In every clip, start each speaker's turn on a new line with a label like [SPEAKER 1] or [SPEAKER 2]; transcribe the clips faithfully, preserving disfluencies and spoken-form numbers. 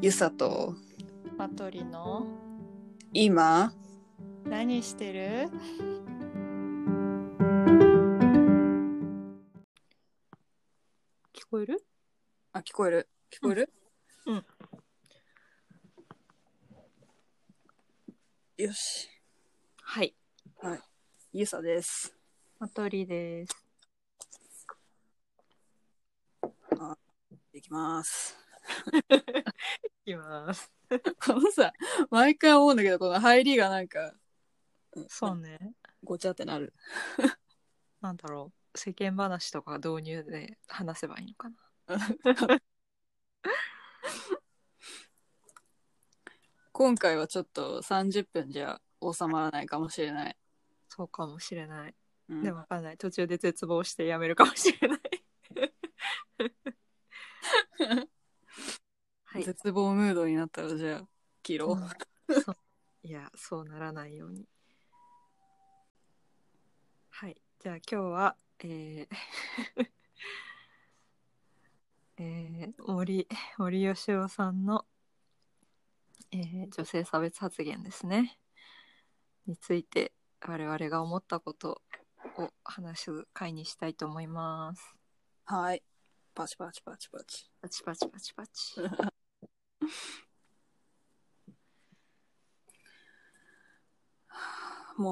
[SPEAKER 1] ゆさと
[SPEAKER 2] マトリの
[SPEAKER 1] 今
[SPEAKER 2] 何してる？聞こえる？
[SPEAKER 1] あ、聞こえる聞こえる、
[SPEAKER 2] うん、うん、
[SPEAKER 1] よし。
[SPEAKER 2] はい
[SPEAKER 1] はい、ゆさです。
[SPEAKER 2] マトリです。
[SPEAKER 1] あ、いきます
[SPEAKER 2] いきます。
[SPEAKER 1] このさ、毎回思うんだけど、この入りがなんか、うん、
[SPEAKER 2] そうね。
[SPEAKER 1] ごちゃってなる。
[SPEAKER 2] なんだろう、世間話とか導入で話せばいいのかな。
[SPEAKER 1] 今回はちょっとさんじゅっぷんじゃ収まらないかもしれない。
[SPEAKER 2] そうかもしれない、
[SPEAKER 1] うん、
[SPEAKER 2] でもわかんない、途中で絶望してやめるかもしれないはい、
[SPEAKER 1] 絶望ムードになったらじゃあ切ろう、
[SPEAKER 2] うん、そういやそうならないように。はい、じゃあ今日はえーえー、森森喜朗さんの、えー、女性差別発言ですねについて我々が思ったことを話す回にしたいと思います。
[SPEAKER 1] はい、パチパチパチパチ
[SPEAKER 2] パチパチパチパチ
[SPEAKER 1] もう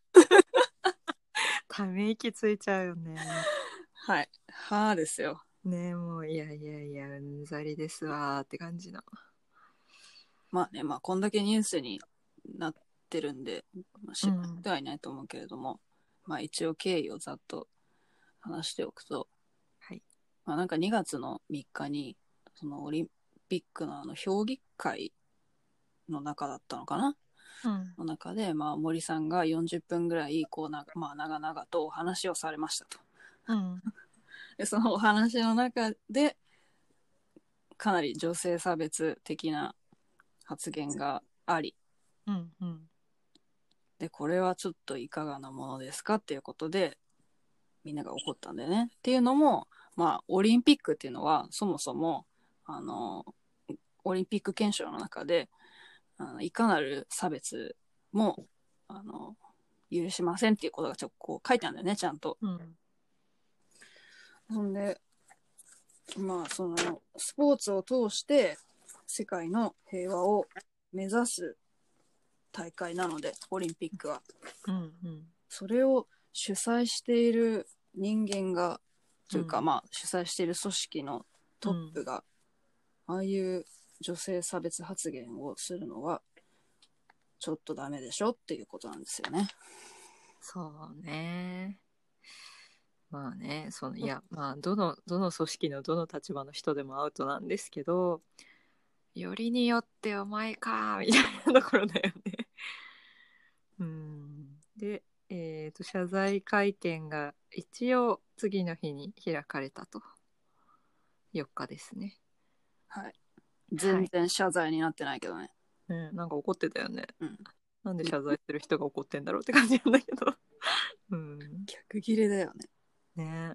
[SPEAKER 2] ため息ついちゃうよね。
[SPEAKER 1] はいはーですよ
[SPEAKER 2] ねえもういやいやいやうんざりですわーって感じの。
[SPEAKER 1] まあね、まあこんだけニュースになってるんで、まあ、知ってはいないと思うけれども、うん、まあ一応経緯をざっと話しておくと、
[SPEAKER 2] はい、
[SPEAKER 1] まあなんかにがつのみっかにそのオリンピックのあの評議会の中だったのかな、
[SPEAKER 2] うん、
[SPEAKER 1] の中で、まあ森さんがよんじゅっぷんぐらいこうな、まあ長々とお話をされましたと。
[SPEAKER 2] うん、
[SPEAKER 1] でそのお話の中でかなり女性差別的な発言があり、
[SPEAKER 2] うんうん、
[SPEAKER 1] でこれはちょっといかがなものですかっていうことでみんなが怒ったんだよね。っていうのも、まあオリンピックっていうのはそもそもあのオリンピック憲章の中であのいかなる差別もあの許しませんっていうことがちょっとこう書いてあるんだよね、ちゃんと。
[SPEAKER 2] うん、
[SPEAKER 1] ほんでまあそのスポーツを通して世界の平和を目指す大会なので、オリンピックは、
[SPEAKER 2] うんうん、
[SPEAKER 1] それを主催している人間がというか、
[SPEAKER 2] うん、
[SPEAKER 1] まあ主催している組織のトップが、うん、ああいう女性差別発言をするのはちょっとダメでしょっていうことなんですよね。
[SPEAKER 2] そうね。まあね、そのいやまあどのどの組織のどの立場の人でもアウトなんですけど、よりによってお前かみたいなところだよね。うんで、えーと謝罪会見が一応次の日に開かれたと。よっかですね。
[SPEAKER 1] はい。全然謝罪になってないけどね。
[SPEAKER 2] はい、うん、なんか怒ってたよね。
[SPEAKER 1] うん。
[SPEAKER 2] なんで謝罪する人が怒ってんだろうって感じなんだけど。うん。
[SPEAKER 1] 逆切れだよね。
[SPEAKER 2] ね。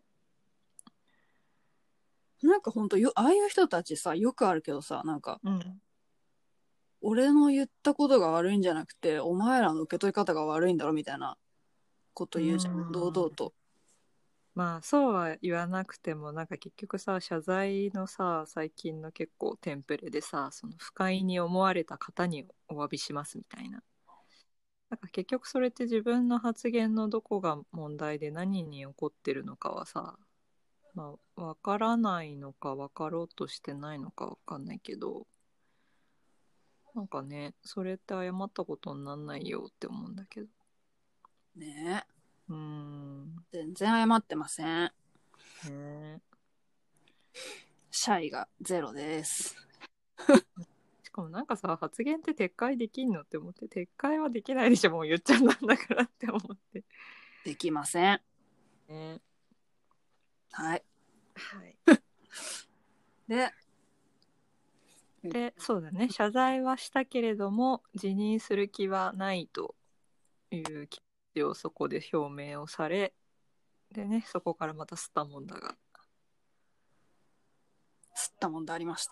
[SPEAKER 1] なんかほんとよ、ああいう人たちさ、よくあるけどさ、なんか、
[SPEAKER 2] うん。
[SPEAKER 1] 俺の言ったことが悪いんじゃなくて、お前らの受け取り方が悪いんだろみたいなこと言うじゃん、堂々と。
[SPEAKER 2] まあそうは言わなくてもなんか結局さ謝罪のさ最近の結構テンプレでさその不快に思われた方にお詫びしますみたいな。なんか結局それって自分の発言のどこが問題で何に起こってるのかはさまあ分からないのか分かろうとしてないのか分かんないけどなんかねそれって謝ったことになんないよって思うんだけど
[SPEAKER 1] ねえ。
[SPEAKER 2] うーん
[SPEAKER 1] 全然謝ってません。
[SPEAKER 2] ね
[SPEAKER 1] シャイがゼロです。
[SPEAKER 2] しかもなんかさ発言って撤回できんのって思って撤回はできないでしょもう言っちゃったんだからって思って
[SPEAKER 1] できません。
[SPEAKER 2] ね。
[SPEAKER 1] はい。
[SPEAKER 2] はい。
[SPEAKER 1] で、
[SPEAKER 2] でそうだね謝罪はしたけれども辞任する気はないという気持ちをそこで表明をされでねそこからまた吸ったもんだが
[SPEAKER 1] 吸ったもんだありました。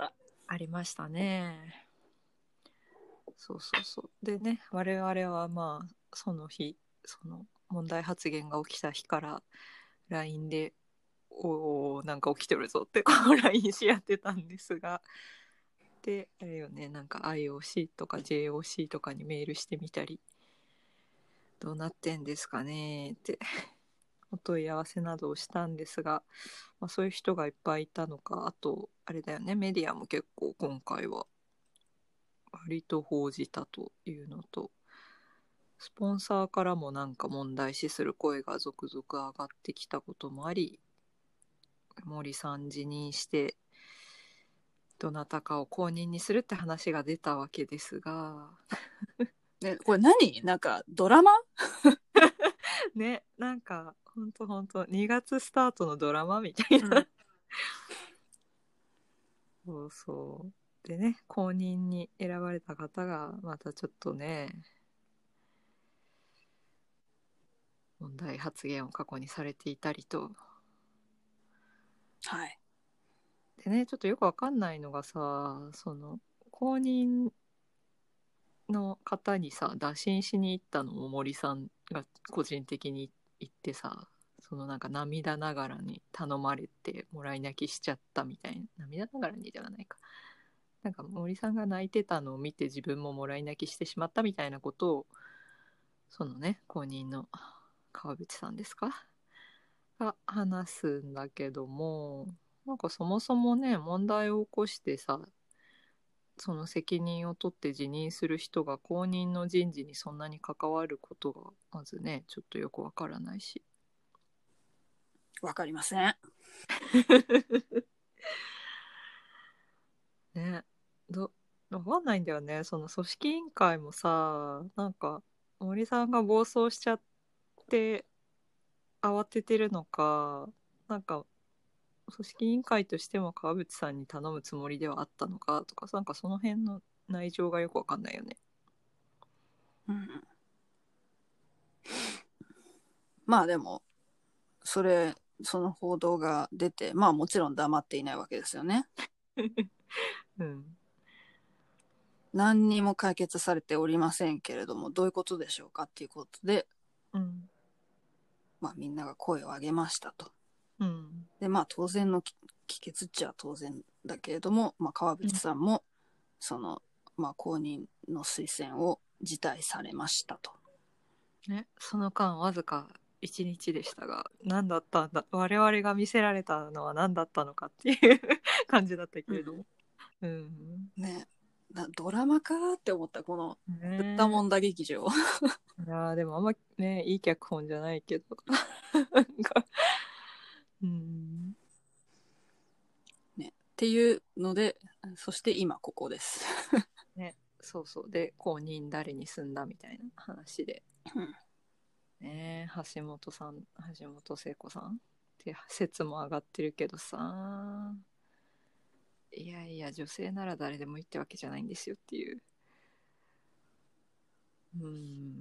[SPEAKER 2] ありましたね。そうそうそう。でね、我々はまあその日、その問題発言が起きた日から ライン でおおなんか起きてるぞってこう ライン し合ってたんですが、であれよね、なんか アイオーシー とか ジェイオーシー とかにメールしてみたり、どうなってんですかねってお問い合わせなどをしたんですが、まあ、そういう人がいっぱいいたのか、あとあれだよね、メディアも結構今回は割と報じたというのと、スポンサーからもなんか問題視する声が続々上がってきたこともあり、森さん辞任してどなたかを後任にするって話が出たわけですが
[SPEAKER 1] ね、これ何なんかドラマ
[SPEAKER 2] ね、なんかほんとほんとにがつスタートのドラマみたいな、うん、そうそうでね、後任に選ばれた方がまたちょっとね問題発言を過去にされていたりと。
[SPEAKER 1] はい。
[SPEAKER 2] でね、ちょっとよくわかんないのがさ、その後任の方にさ打診しに行ったのも森さんが個人的に言ってさ、そのなんか涙ながらに頼まれてもらい泣きしちゃったみたいな、涙ながらにではないか、なんか森さんが泣いてたのを見て自分ももらい泣きしてしまったみたいなことを、そのね後任の川淵さんですかが話すんだけども、なんかそもそもね問題を起こしてさ、その責任を取って辞任する人が後任の人事にそんなに関わることがまずねちょっとよくわからないし
[SPEAKER 1] わかりません。
[SPEAKER 2] ね、どわかんないんだよね。その組織委員会もさ、なんか森さんが暴走しちゃって慌ててるのか、なんか組織委員会としても川淵さんに頼むつもりではあったのかとか、なんかその辺の内情がよくわかんないよね。
[SPEAKER 1] うん、まあでもそれその報道が出て、まあもちろん黙っていないわけですよね。
[SPEAKER 2] うん。
[SPEAKER 1] 何にも解決されておりませんけれども、どういうことでしょうかっていうことで、
[SPEAKER 2] うん。
[SPEAKER 1] まあみんなが声を上げましたと。
[SPEAKER 2] うん。
[SPEAKER 1] でまあ当然の帰結っちゃ当然だけれども、まあ、川淵さんもその、まあ、公認の推薦を辞退されましたと。
[SPEAKER 2] ね、その間わずかいちにちでしたが、何だったんだ、我々が見せられたのは何だったのかっていう感じだったけれども、うん、うん、
[SPEAKER 1] ね、ドラマかって思った、このぶった
[SPEAKER 2] ね
[SPEAKER 1] もんだ劇場。
[SPEAKER 2] いやでもあんまねいい脚本じゃないけどなんかうん
[SPEAKER 1] ね、っていうので、そして今ここです
[SPEAKER 2] ね、そうそうで後任誰に住んだみたいな話で、ね、橋本さん橋本聖子さんって説も上がってるけどさ、いやいや女性なら誰でもいいってわけじゃないんですよっていう。うん。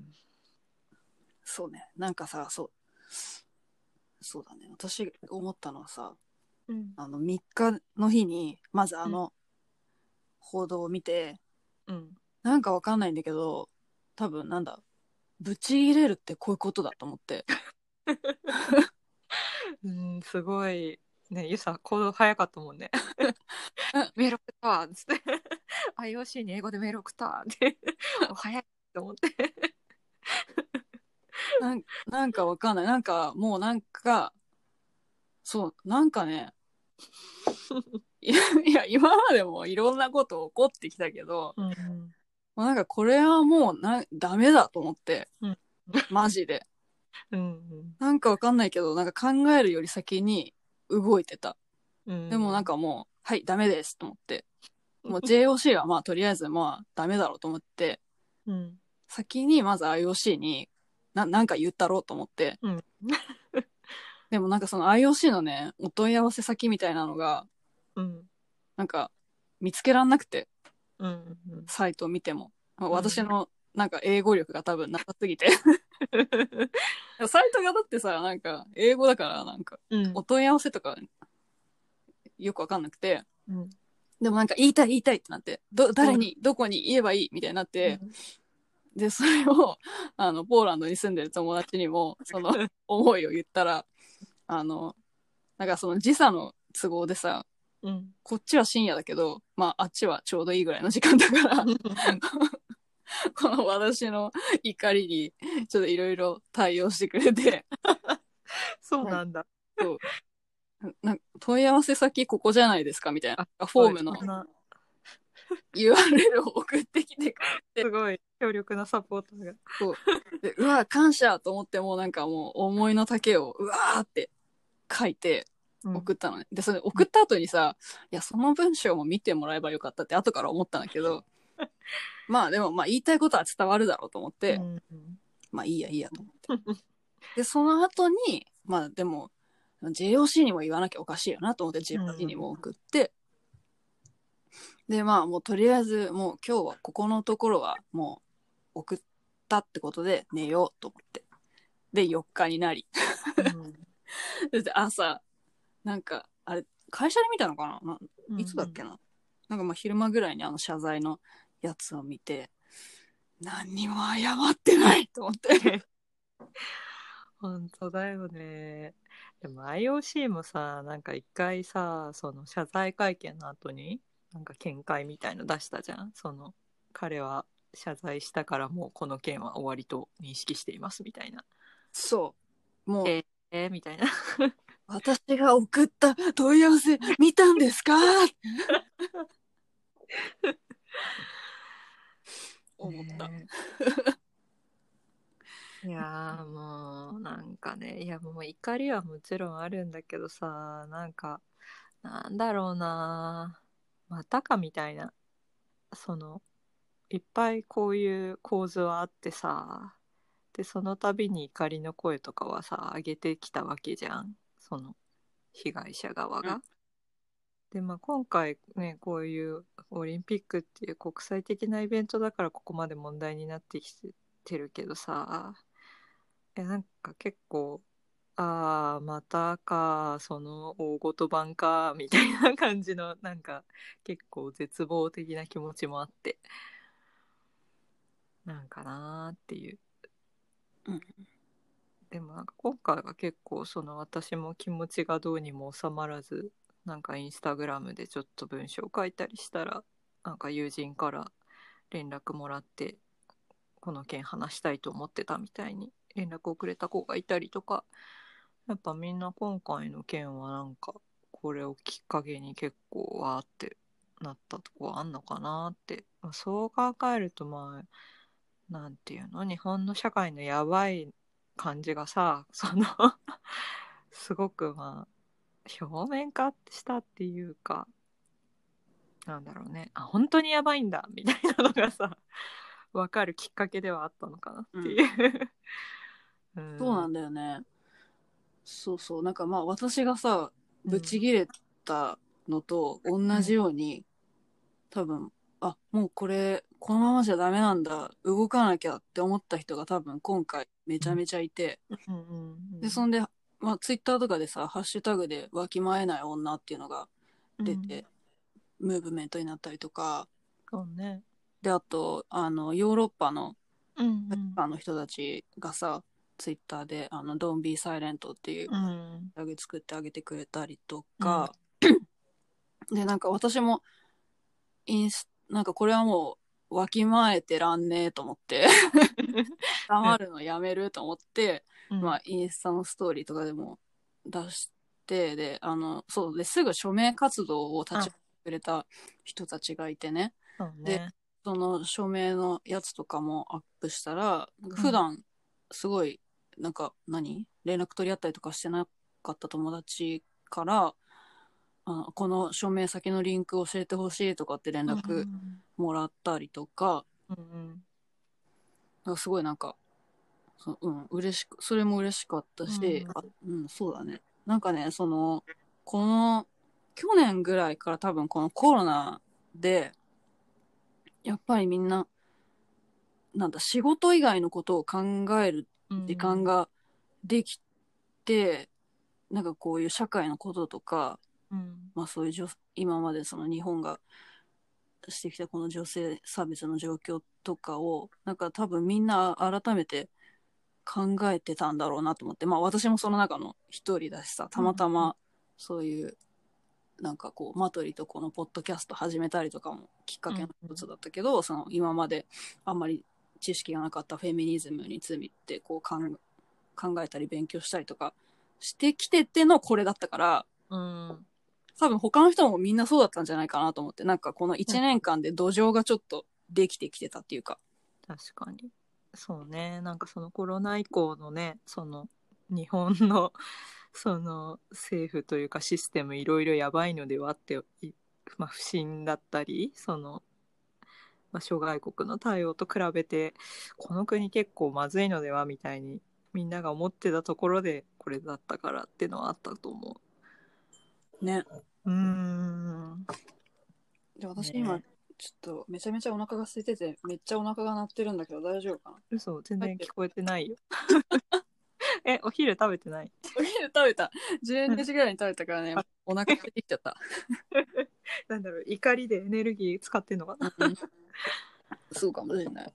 [SPEAKER 1] そうね、なんかさ、そうそうだね、私思ったのはさ、
[SPEAKER 2] うん。
[SPEAKER 1] あのみっかの日にまずあの報道を見て、
[SPEAKER 2] うん。
[SPEAKER 1] なんかわかんないんだけど、多分なんだ、ぶち入れるってこういうことだと思って。
[SPEAKER 2] うん、すごいね、ゆさ行動早かったもんね。メール送ったわっつって アイオーシー に英語でメール送ったわってお早いと思って
[SPEAKER 1] なんなんかわかんない。なんかもうなんか、そう、なんかね、いや、いや今までもいろんなこと起こってきたけど、
[SPEAKER 2] うん、
[SPEAKER 1] もうなんかこれはもうなダメだと思って、
[SPEAKER 2] うん、
[SPEAKER 1] マジで。
[SPEAKER 2] うん、
[SPEAKER 1] なんかわかんないけど、なんか考えるより先に動いてた。
[SPEAKER 2] うん、
[SPEAKER 1] でもなんかもう、はい、ダメですと思って。もう ジェイオーシー はまあとりあえずまあダメだろうと思って、
[SPEAKER 2] うん、
[SPEAKER 1] 先にまず アイオーシー にななんか言ったろうと思って、
[SPEAKER 2] うん、
[SPEAKER 1] でもなんかその アイオーシー のね、お問い合わせ先みたいなのが、
[SPEAKER 2] うん、
[SPEAKER 1] なんか見つけらんなくて、
[SPEAKER 2] うん、
[SPEAKER 1] サイトを見ても。私
[SPEAKER 2] うん、
[SPEAKER 1] のなんか英語力が多分なさすぎて。サイトがだってさ、なんか英語だから、なんか
[SPEAKER 2] うん、
[SPEAKER 1] お問い合わせとかよくわかんなくて、
[SPEAKER 2] うん、
[SPEAKER 1] でもなんか言いたい言いたいってなって、ど、誰に、どこに言えばいいみたいになって、で、それを、あの、ポーランドに住んでる友達にも、その思いを言ったら、あの、なんかその時差の都合でさ、
[SPEAKER 2] うん、
[SPEAKER 1] こっちは深夜だけど、まあ、あっちはちょうどいいぐらいの時間だからこの私の怒りにちょっといろいろ対応してくれて
[SPEAKER 2] そうなんだ。
[SPEAKER 1] そうなんか問い合わせ先ここじゃないですかみたいなフォームの ユーアールエル を送ってきてくれて
[SPEAKER 2] すごい強力なサポートが。
[SPEAKER 1] そうでうわ感謝と思ってもうなんかもう思いの丈をうわーって書いて送ったのね、うん、でそれ送った後にさ、いやその文章も見てもらえばよかったって後から思ったんだけどまあでもまあ言いたいことは伝わるだろうと思って、うん、まあいいやいいやと思ってでその後にまあでも ジェイオーシー にも言わなきゃおかしいよなと思って ジェイオーシー にも送って、うん、でまあもうとりあえずもう今日はここのところはもう送ったってことで寝ようと思ってでよっかになり、うん、で朝なんかあれ会社で見たのかな、ないつだっけな、うん、なんかまあ昼間ぐらいにあの謝罪のやつを見て何にも謝ってないと思って
[SPEAKER 2] 本当だよね。でも アイオーシー もさなんか一回さその謝罪会見の後になんか見解みたいの出したじゃん。その彼は謝罪したからもうこの件は終わりと認識していますみたいな。
[SPEAKER 1] そうもう
[SPEAKER 2] えー、みたいな
[SPEAKER 1] 私が送った問い合わせ見たんですか思った、ね、
[SPEAKER 2] いやもうなんかねいやもう怒りはもちろんあるんだけどさなんかなんだろうなまたかみたいなそのいっぱいこういう構図はあってさでその度に怒りの声とかはさ上げてきたわけじゃんその被害者側が、うん、でまあ今回ねこういうオリンピックっていう国際的なイベントだからここまで問題になってきてるけどさえなんか結構ああまたかその大ごと版かみたいな感じのなんか結構絶望的な気持ちもあってなんかなーっていう、
[SPEAKER 1] うん、
[SPEAKER 2] でもなんか今回は結構その私も気持ちがどうにも収まらずなんかインスタグラムでちょっと文章書いたりしたらなんか友人から連絡もらってこの件話したいと思ってたみたいに連絡をくれた子がいたりとかやっぱみんな今回の件はなんかこれをきっかけに結構わーってなったとこあんのかなって、まあ、そう考えるとまあなんていうの日本の社会のやばい感じがさそのすごくまあ表面化したっていうかなんだろうねあ本当にやばいんだみたいなのがさ分かるきっかけではあったのかなっていう、
[SPEAKER 1] うん、そうなんだよねそうそうなんかまあ私がさブチギレたのと同じように、うん、多分あもうこれこのままじゃダメなんだ動かなきゃって思った人が多分今回めちゃめちゃいて、うんうんうん、でそんで、まあ、ツイッターとかでさハッシュタグでわきまえない女っていうのが出て、うん、ムーブメントになったりとか、
[SPEAKER 2] そうね、
[SPEAKER 1] であとあのヨーロッパの、
[SPEAKER 2] うんうん、
[SPEAKER 1] あの人たちがさツイッターであの Don't be silent っていうタグ作ってあげてくれたりとか、うん、でなんか私もインスなんかこれはもうわきまえてらんねえと思って黙るのやめると思って、うん、まあインスタのストーリーとかでも出してであのそうですぐ署名活動を立ち上げてくれた人たちがいてね、
[SPEAKER 2] ね
[SPEAKER 1] でその署名のやつとかもアップしたらなんか普段すごいなんか何連絡取り合ったりとかしてなかった友達からあこの署名先のリンク教えてほしいとかって連絡もらったりとか、うんうん、なんかすごいなんかそ、うん、嬉しくそれも嬉しかったし、うんあうん、そうだねなんかねそのこの去年ぐらいから多分このコロナでやっぱりみんななんだ仕事以外のことを考える時間ができて、うん、なんかこういう社会のこととか
[SPEAKER 2] うん
[SPEAKER 1] まあそういう女今までその日本がしてきたこの女性差別の状況とかをなんか多分みんな改めて考えてたんだろうなと思って、まあ私もその中の一人だしさ、たまたまそういうなんかこうマトリとこのポッドキャスト始めたりとかもきっかけの一つだったけど、その今まであんまり知識がなかったフェミニズムについてこうかん考えたり勉強したりとかしてきててのこれだったから、
[SPEAKER 2] うん
[SPEAKER 1] 多分他の人もみんなそうだったんじゃないかなと思って、なんかこのいちねんかんで土壌がちょっとできてきてたっていうか。
[SPEAKER 2] 確かにそうね。なんかそのコロナ以降のね、その日本のその政府というかシステムいろいろやばいのではって、まあ、不信だったり、その、まあ、諸外国の対応と比べてこの国結構まずいのではみたいにみんなが思ってたところでこれだったからっていうのはあったと思
[SPEAKER 1] う。ね。
[SPEAKER 2] う。うーん。
[SPEAKER 1] で、私今、ちょっとめちゃめちゃお腹が空いてて、めっちゃお腹が鳴ってるんだけど大丈夫かな。
[SPEAKER 2] 嘘、全然聞こえてないよ。え、お昼食べてない？
[SPEAKER 1] お昼食べた。じゅうにじぐらいに食べたからね、お腹空いてきちゃった。
[SPEAKER 2] なんだろう、怒りでエネルギー使ってんのかな。
[SPEAKER 1] うん、そうかもしれない。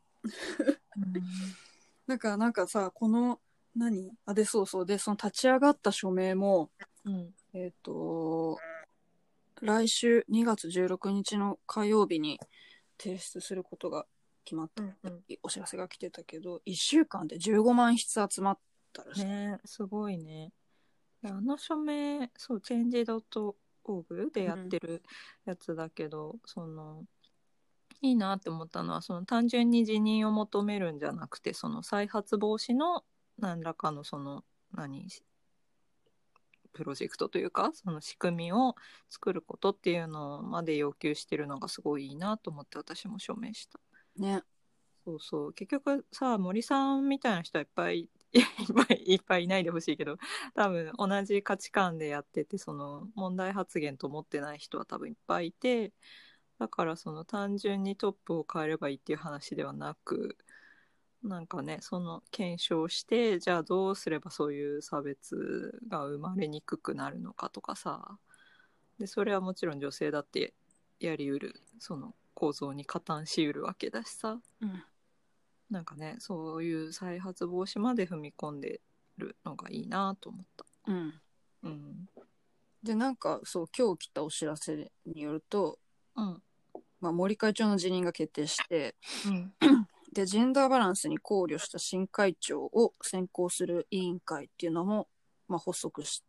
[SPEAKER 1] なんか、なんかさ、この、何あ、で、そうそう。で、その立ち上がった署名も、
[SPEAKER 2] うん、
[SPEAKER 1] えっ、と、来週にがつじゅうろくにちの火曜日に提出することが決まった、
[SPEAKER 2] うんうん、
[SPEAKER 1] お知らせが来てたけど、いっしゅうかんでじゅうごまん筆集まったらしい。
[SPEAKER 2] ね、すごいね。あの署名、そう、チェンジドットオーグでやってるやつだけど、うん、その、いいなって思ったのは、その単純に辞任を求めるんじゃなくて、その再発防止の何らかのその、何、プロジェクトというか、その仕組みを作ることっていうのまで要求してるのがすごいいいなと思って私も署名した。
[SPEAKER 1] ね。
[SPEAKER 2] そうそう。結局さ、森さんみたいな人はいっぱいいっぱいいっぱいいないでほしいけど、多分同じ価値観でやってて、その問題発言と思ってない人は多分いっぱいいて、だからその単純にトップを変えればいいっていう話ではなく、なんかね、その検証して、じゃあどうすればそういう差別が生まれにくくなるのかとかさ、でそれはもちろん女性だってやりうるその構造に加担しうるわけだしさ、
[SPEAKER 1] うん。
[SPEAKER 2] なんかね、そういう再発防止まで踏み込んでるのがいいなと思った。
[SPEAKER 1] うん。
[SPEAKER 2] うん。
[SPEAKER 1] で、なんか、そう、今日来たお知らせによると、
[SPEAKER 2] うん。
[SPEAKER 1] まあ、森会長の辞任が決定して、
[SPEAKER 2] うん。
[SPEAKER 1] で、ジェンダーバランスに考慮した新会長を選考する委員会っていうのも、まあ、発足して、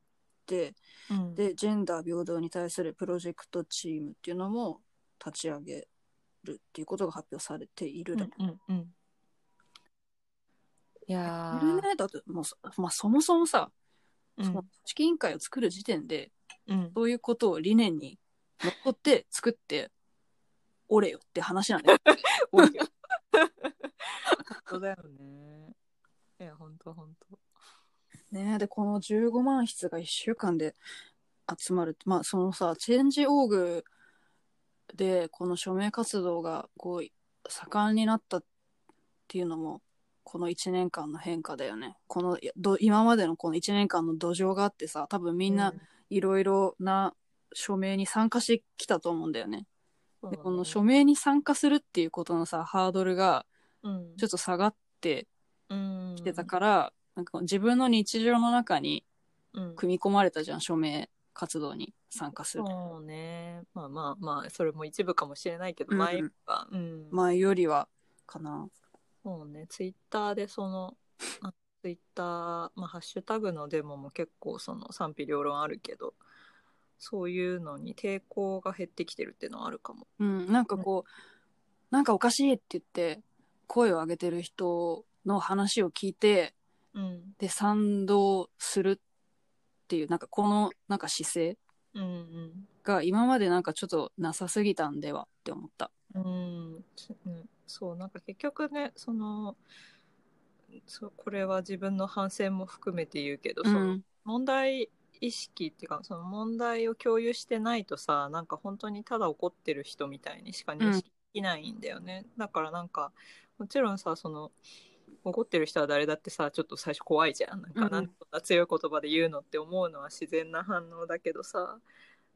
[SPEAKER 2] うん、
[SPEAKER 1] で、ジェンダー平等に対するプロジェクトチームっていうのも立ち上げるっていうことが発表されている。
[SPEAKER 2] うんうんうん。いや
[SPEAKER 1] これね、だってもう、まあ、そもそもさ、
[SPEAKER 2] うん、
[SPEAKER 1] その組織委員会を作る時点で、
[SPEAKER 2] うん、
[SPEAKER 1] そういうことを理念にのっとって作っておれよって話なんだよ。
[SPEAKER 2] おいよ。本当だよね。いや、本当本当。
[SPEAKER 1] ね、で、このじゅうごまん筆がいっしゅうかんで集まる。まあ、そのさ、チェンジオーグで、この署名活動が、こう、盛んになったっていうのも、このいちねんかんの変化だよね。この、ど今までのこのいちねんかんの土壌があってさ、多分みんないろいろな署名に参加してきたと思うんだよね。
[SPEAKER 2] うん、
[SPEAKER 1] で、この署名に参加するっていうことのさ、ハードルが、
[SPEAKER 2] うん、
[SPEAKER 1] ちょっと下がって
[SPEAKER 2] うん、
[SPEAKER 1] きてたから、なんか自分の日常の中に
[SPEAKER 2] うん、
[SPEAKER 1] 組み込まれたじゃん、署名活動に参加する。
[SPEAKER 2] そうね。まあまあまあ、それも一部かもしれないけど、
[SPEAKER 1] うん、
[SPEAKER 2] 前は、うん。
[SPEAKER 1] 前よりは、かな。
[SPEAKER 2] そうね、ツイッターでその、あツイッター、まあ、ハッシュタグのデモも結構その賛否両論あるけど、そういうのに抵抗が減ってきてるっていうのはあるかも。
[SPEAKER 1] うん、なんかこう、なんかおかしいって言って、声を上げてる人の話を聞いて、
[SPEAKER 2] うん。
[SPEAKER 1] で、賛同するっていう、なんかこの、なんか姿勢
[SPEAKER 2] うん
[SPEAKER 1] が今までなんかちょっとなさすぎたんではって思った。
[SPEAKER 2] うん。うん。うん、そう、なんか結局ね、その、そうこれは自分の反省も含めて言うけど、
[SPEAKER 1] うん、
[SPEAKER 2] その問題意識っていうかその問題を共有してないとさ、なんか本当にただ怒ってる人みたいにしか認識できないんだよね、うん、だからなんかもちろんさ、その怒ってる人は誰だってさ、ちょっと最初怖いじゃん、なんか、なんでそんな強い言葉で言うのって思うのは自然な反応だけどさ、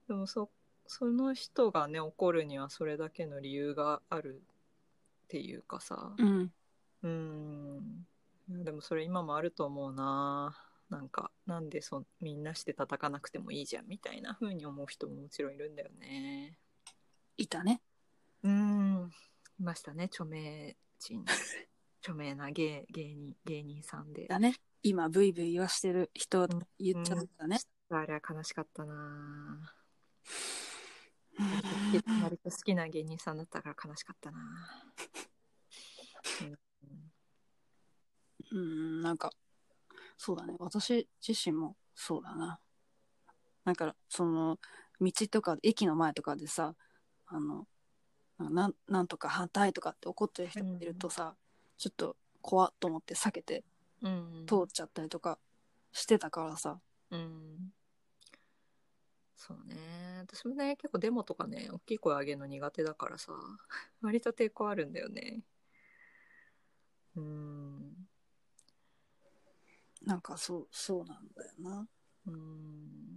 [SPEAKER 2] でもそその人がね怒るにはそれだけの理由があるっていうかさ、
[SPEAKER 1] うん
[SPEAKER 2] うーん、いやでもそれ今もあると思うな。なんかなんでそみんなして叩かなくてもいいじゃんみたいな風に思う人ももちろんいるんだよね。
[SPEAKER 1] いたね。
[SPEAKER 2] うーん、いましたね、著名人著名な芸芸人芸人さんで。
[SPEAKER 1] だね。今ブイブイ言わしてる人
[SPEAKER 2] うん
[SPEAKER 1] 言っちゃったね。
[SPEAKER 2] あれは悲しかったな。割と好きな芸人さんだったから悲しかったな。うん
[SPEAKER 1] うん、なんかそうだね。私自身もそうだな。なんかその道とか駅の前とかでさ、あのなんなんとか反対とかって怒ってる人がいるとさ、うん、ちょっと怖っと思って避けて通っちゃったりとかしてたからさ。
[SPEAKER 2] うん、うん、そうね。私もね結構デモとかね大きい声上げるの苦手だからさ割と抵抗あるんだよね。うん、
[SPEAKER 1] なんかそうそうなんだよな。
[SPEAKER 2] うん、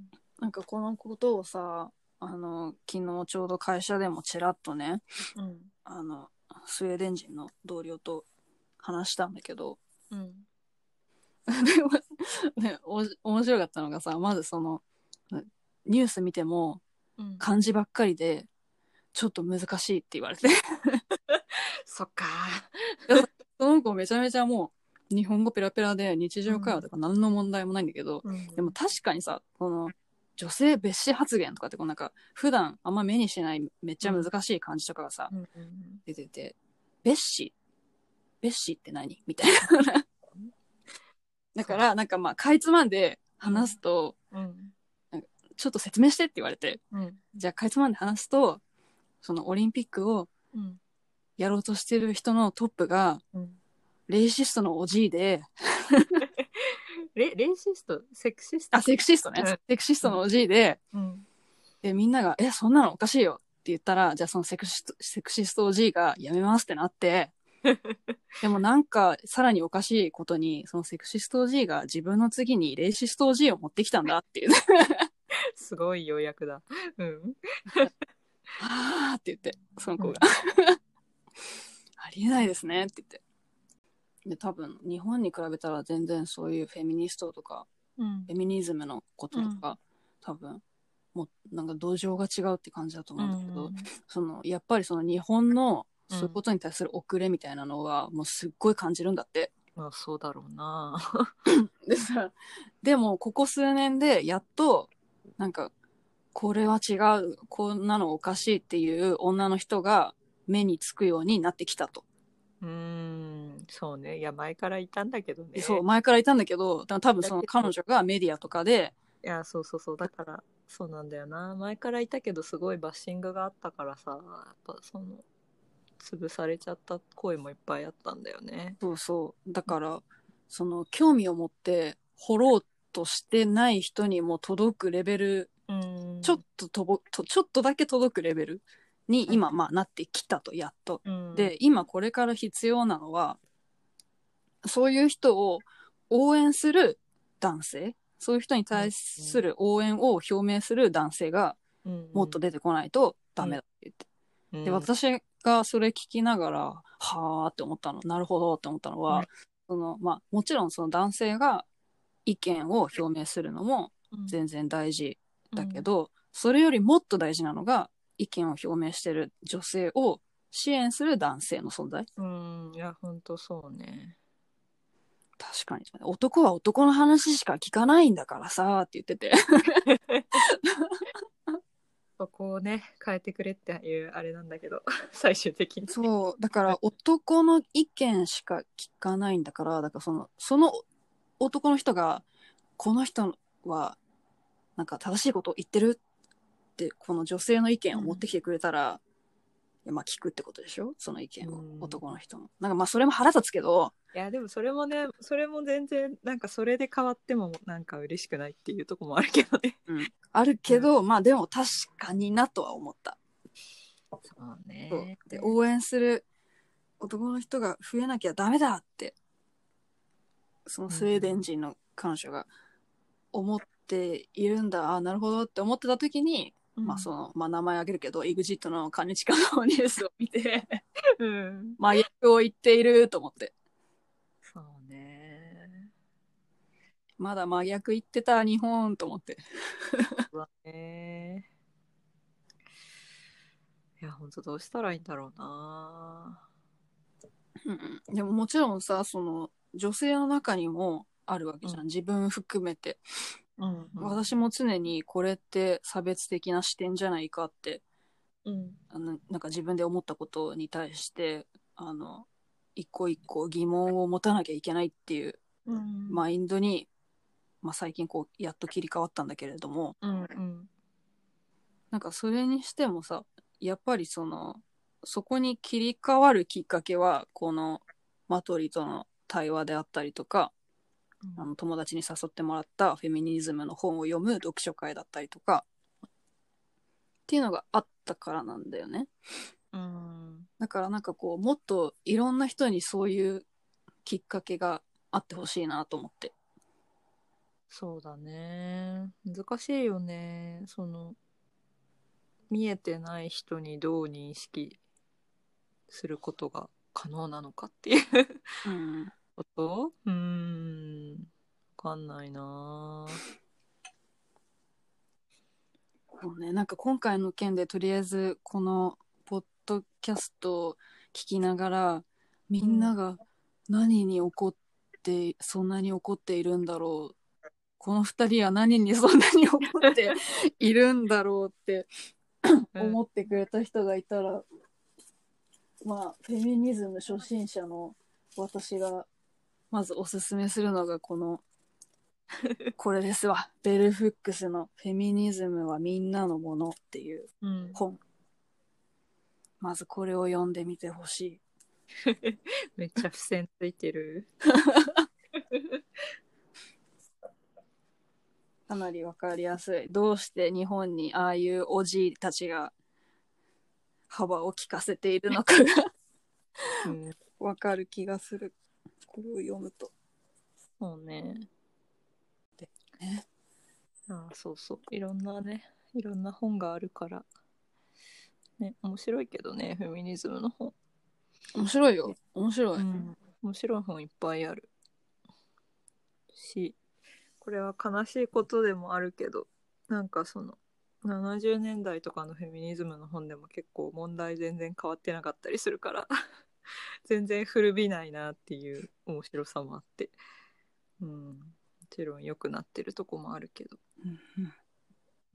[SPEAKER 1] なんかこのことをさ、あの昨日ちょうど会社でもちらっとね、
[SPEAKER 2] うん、あ
[SPEAKER 1] のスウェーデン人の同僚と話したんだけど、
[SPEAKER 2] うん、
[SPEAKER 1] でもね、お面白かったのがさ、まずそのニュース見ても漢字ばっかりでちょっと難しいって言われて
[SPEAKER 2] そっか
[SPEAKER 1] その子めちゃめちゃもう日本語ペラペラで日常会話とか何の問題もないんだけど、うん、でも確かにさ、この女性蔑視発言とかってこうなんか普段あんま目にしないめっちゃ難しい漢字とかがさ、うん、出てて、蔑視蔑視って何みたいなだからなんかまあかいつまんで話すと、うん、なんかちょっと説明してって言われて、うん、じゃあかいつまんで話すと、そのオリンピックをやろうとしてる人のトップが、うん、レイシストのおじいで
[SPEAKER 2] レ, レイシストセクシスト
[SPEAKER 1] あセクシストね、うん、セクシストのおじいで、うん、でみんながえそんなのおかしいよって言ったら、じゃあそのセクシストセクシストおじいがやめますってなってでもなんかさらにおかしいことに、そのセクシストおじいが自分の次にレイシストおじいを持ってきたんだっていう
[SPEAKER 2] すごい要約だ。うん
[SPEAKER 1] はーって言って、その子が、うん、ありえないですねって言って、で多分日本に比べたら全然そういうフェミニストとか、うん、フェミニズムのこととか、うん、多分もうなんか土壌が違うって感じだと思うんだけど、うん、そのやっぱりその日本のそういうことに対する遅れみたいなのはもうすっごい感じるんだって。
[SPEAKER 2] まあそうだろうな
[SPEAKER 1] でさ、でもここ数年でやっとなんかこれは違う、こんなのおかしいっていう女の人が目につくようになってきたと。
[SPEAKER 2] うーん、そうね。いや前からいたんだけどね。
[SPEAKER 1] そう前からいたんだけど、多分その彼女がメディアとかで、
[SPEAKER 2] いやそうそうそう、だからそうなんだよな。前からいたけどすごいバッシングがあったからさ、やっぱその潰されちゃった声もいっぱいあったんだよね。
[SPEAKER 1] そうそうだからその興味を持って掘ろうとしてない人にも届くレベル、うん、ちょっととぼとちょっとだけ届くレベルに今、はい、まあなってきたとやっと、うん、で今これから必要なのはそういう人を応援する男性、そういう人に対する応援を表明する男性がもっと出てこないとダメだって言って、うん、で私がそれ聞きながらはーって思ったの、なるほどって思ったのは、うん、そのまあもちろんその男性が意見を表明するのも全然大事だけど、うん、それよりもっと大事なのが意見を表明してる女性を支援する男性の存在。
[SPEAKER 2] うん、いや本当そうね。
[SPEAKER 1] 確かに男は男の話しか聞かないんだからさって言ってて
[SPEAKER 2] そこをね変えてくれっていうあれなんだけど最終的に
[SPEAKER 1] そうだから男の意見しか聞かないんだから、だからそのその男の人がこの人はなんか正しいことを言ってるってこの女性の意見を持ってきてくれたら、うん、まあ聞くってことでしょ、その意見を、うん、男の人のなんかまあそれも腹立つけど、
[SPEAKER 2] いやでもそれもねそれも全然なんかそれで変わってもなんか嬉しくないっていうとこもあるけどね、
[SPEAKER 1] うん、あるけど、うん、まあでも確かになとは思った。
[SPEAKER 2] そうね。
[SPEAKER 1] そうで応援する男の人が増えなきゃダメだってそのスウェーデン人の彼女が思っているんだ、うん、あなるほどって思ってた時に
[SPEAKER 2] うん、
[SPEAKER 1] まあその、まあ名前あげるけど、イグジットの兼近のニュースを見て、
[SPEAKER 2] うん、
[SPEAKER 1] 真逆を言っていると思って。
[SPEAKER 2] そうね。
[SPEAKER 1] まだ真逆言ってた日本と思って。
[SPEAKER 2] そうだね。いや、ほんとどうしたらいいんだろうな。
[SPEAKER 1] うんうん、でももちろんさ、その女性の中にもあるわけじゃん、
[SPEAKER 2] うん、
[SPEAKER 1] 自分含めて。
[SPEAKER 2] うんうん、
[SPEAKER 1] 私も常にこれって差別的な視点じゃないかって、
[SPEAKER 2] うん、
[SPEAKER 1] あのなんか自分で思ったことに対してあの一個一個疑問を持たなきゃいけないっていう
[SPEAKER 2] うん、
[SPEAKER 1] マインドに、まあ、最近こうやっと切り替わったんだけれども、
[SPEAKER 2] うん、うん、
[SPEAKER 1] なんかそれにしてもさ、やっぱりそのそこに切り替わるきっかけはこのマトリとの対話であったりとか、あの友達に誘ってもらったフェミニズムの本を読む読書会だったりとかっていうのがあったからなんだよね。
[SPEAKER 2] うん、
[SPEAKER 1] だからなんかこうもっといろんな人にそういうきっかけがあってほしいなと思って。
[SPEAKER 2] そうだね。難しいよね。その、見えてない人にどう認識することが可能なのかっていう
[SPEAKER 1] うん。
[SPEAKER 2] ことうーん。わかんないな。
[SPEAKER 1] そうね、なんか今回の件でとりあえずこのポッドキャストを聞きながらみんなが何に怒ってそんなに怒っているんだろう、この二人は何にそんなに怒っているんだろうって
[SPEAKER 2] うん。
[SPEAKER 1] 思ってくれた人がいたら、まあフェミニズム初心者の私がまずおすすめするのがこのこれですわ、ベル・フックスの「フェミニズムはみんなのもの」っていう
[SPEAKER 2] うん。
[SPEAKER 1] 本。まずこれを読んでみてほしい。
[SPEAKER 2] めっちゃ付箋ついてる。
[SPEAKER 1] かなりわかりやすい。どうして日本にああいうおじいたちが幅を利かせているのかが
[SPEAKER 2] うん。
[SPEAKER 1] わかる気がする。これを読むと。
[SPEAKER 2] そうね。
[SPEAKER 1] でね、
[SPEAKER 2] ああ、そうそう。いろんなね、いろんな本があるから。ね、面白いけどね、フェミニズムの本。
[SPEAKER 1] 面白いよ。面白い。
[SPEAKER 2] うん。面白い本いっぱいあるし、これは悲しいことでもあるけど、なんかそのななじゅうねんだいとかのフェミニズムの本でも結構問題全然変わってなかったりするから全然古びないなっていう面白さもあって、うん、もちろん良くなってるとこもあるけど、うん、